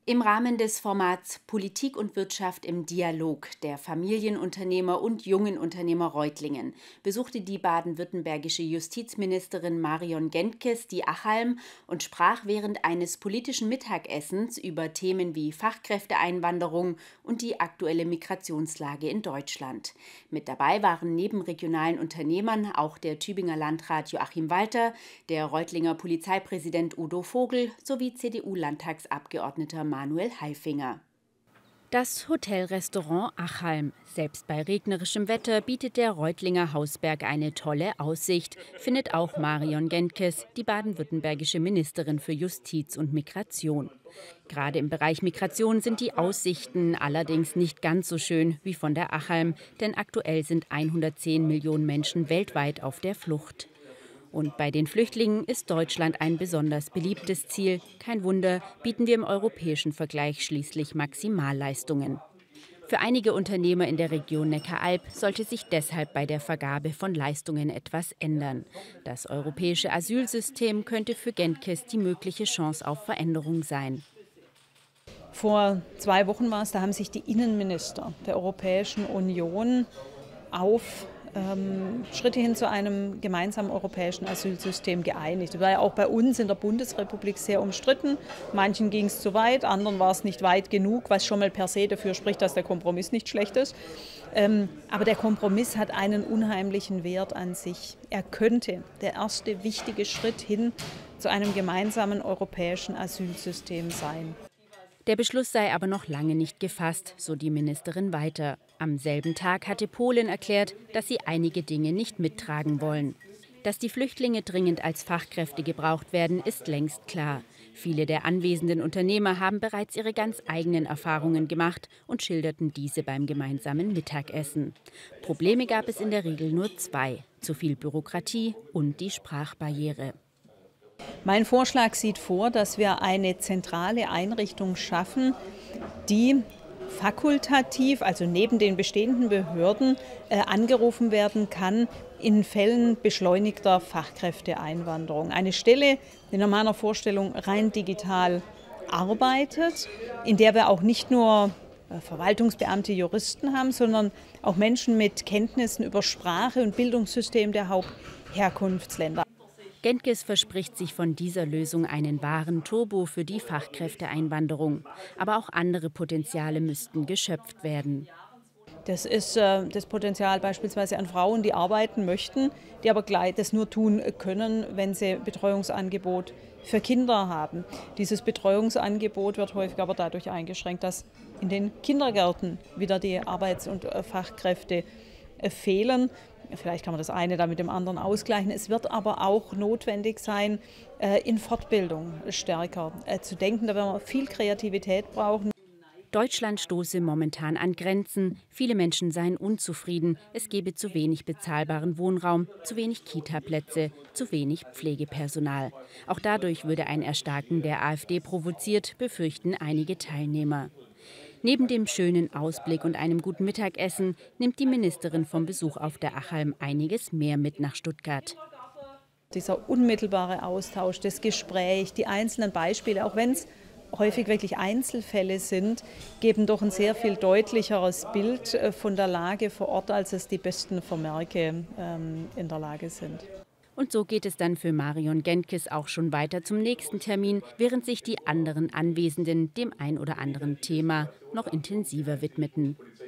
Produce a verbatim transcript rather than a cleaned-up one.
Im Rahmen des Formats Politik und Wirtschaft im Dialog der Familienunternehmer und jungen Unternehmer Reutlingen besuchte die baden-württembergische Justizministerin Marion Gentges die Achalm und sprach während eines politischen Mittagessens über Themen wie Fachkräfteeinwanderung und die aktuelle Migrationslage in Deutschland. Mit dabei waren neben regionalen Unternehmern auch der Tübinger Landrat Joachim Walter, der Reutlinger Polizeipräsident Udo Vogel sowie C D U-Landtagsabgeordneter Manuel Haifinger. Das Hotelrestaurant Achalm. Selbst bei regnerischem Wetter bietet der Reutlinger Hausberg eine tolle Aussicht, findet auch Marion Gentges, die baden-württembergische Ministerin für Justiz und Migration. Gerade im Bereich Migration sind die Aussichten allerdings nicht ganz so schön wie von der Achalm, denn aktuell sind hundertzehn Millionen Menschen weltweit auf der Flucht. Und bei den Flüchtlingen ist Deutschland ein besonders beliebtes Ziel. Kein Wunder, bieten wir im europäischen Vergleich schließlich Maximalleistungen. Für einige Unternehmer in der Region Neckaralb sollte sich deshalb bei der Vergabe von Leistungen etwas ändern. Das europäische Asylsystem könnte für Gentges die mögliche Chance auf Veränderung sein. Vor zwei Wochen war es, da haben sich die Innenminister der Europäischen Union auf ähm, Schritte hin zu einem gemeinsamen europäischen Asylsystem geeinigt. Das war ja auch bei uns in der Bundesrepublik sehr umstritten. Manchen ging es zu weit, anderen war es nicht weit genug, was schon mal per se dafür spricht, dass der Kompromiss nicht schlecht ist. Ähm, aber der Kompromiss hat einen unheimlichen Wert an sich. Er könnte der erste wichtige Schritt hin zu einem gemeinsamen europäischen Asylsystem sein. Der Beschluss sei aber noch lange nicht gefasst, so die Ministerin weiter. Am selben Tag hatte Polen erklärt, dass sie einige Dinge nicht mittragen wollen. Dass die Flüchtlinge dringend als Fachkräfte gebraucht werden, ist längst klar. Viele der anwesenden Unternehmer haben bereits ihre ganz eigenen Erfahrungen gemacht und schilderten diese beim gemeinsamen Mittagessen. Probleme gab es in der Regel nur zwei: zu viel Bürokratie und die Sprachbarriere. Mein Vorschlag sieht vor, dass wir eine zentrale Einrichtung schaffen, die fakultativ, also neben den bestehenden Behörden, äh, angerufen werden kann in Fällen beschleunigter Fachkräfteeinwanderung. Eine Stelle, die nach meiner Vorstellung rein digital arbeitet, in der wir auch nicht nur äh, Verwaltungsbeamte, Juristen haben, sondern auch Menschen mit Kenntnissen über Sprache und Bildungssystem der Hauptherkunftsländer. Gentges verspricht sich von dieser Lösung einen wahren Turbo für die Fachkräfteeinwanderung. Aber auch andere Potenziale müssten geschöpft werden. Das ist äh, das Potenzial beispielsweise an Frauen, die arbeiten möchten, die aber gleich das nur tun können, wenn sie Betreuungsangebot für Kinder haben. Dieses Betreuungsangebot wird häufig aber dadurch eingeschränkt, dass in den Kindergärten wieder die Arbeits- und äh, Fachkräfte äh, fehlen. Vielleicht kann man das eine dann mit dem anderen ausgleichen. Es wird aber auch notwendig sein, in Fortbildung stärker zu denken. Da werden wir viel Kreativität brauchen. Deutschland stoße momentan an Grenzen. Viele Menschen seien unzufrieden. Es gebe zu wenig bezahlbaren Wohnraum, zu wenig Kita-Plätze, zu wenig Pflegepersonal. Auch dadurch würde ein Erstarken der AfD provoziert, befürchten einige Teilnehmer. Neben dem schönen Ausblick und einem guten Mittagessen nimmt die Ministerin vom Besuch auf der Achalm einiges mehr mit nach Stuttgart. Dieser unmittelbare Austausch, das Gespräch, die einzelnen Beispiele, auch wenn es häufig wirklich Einzelfälle sind, geben doch ein sehr viel deutlicheres Bild von der Lage vor Ort, als es die besten Vermerke ähm, in der Lage sind. Und so geht es dann für Marion Gentges auch schon weiter zum nächsten Termin, während sich die anderen Anwesenden dem ein oder anderen Thema noch intensiver widmeten.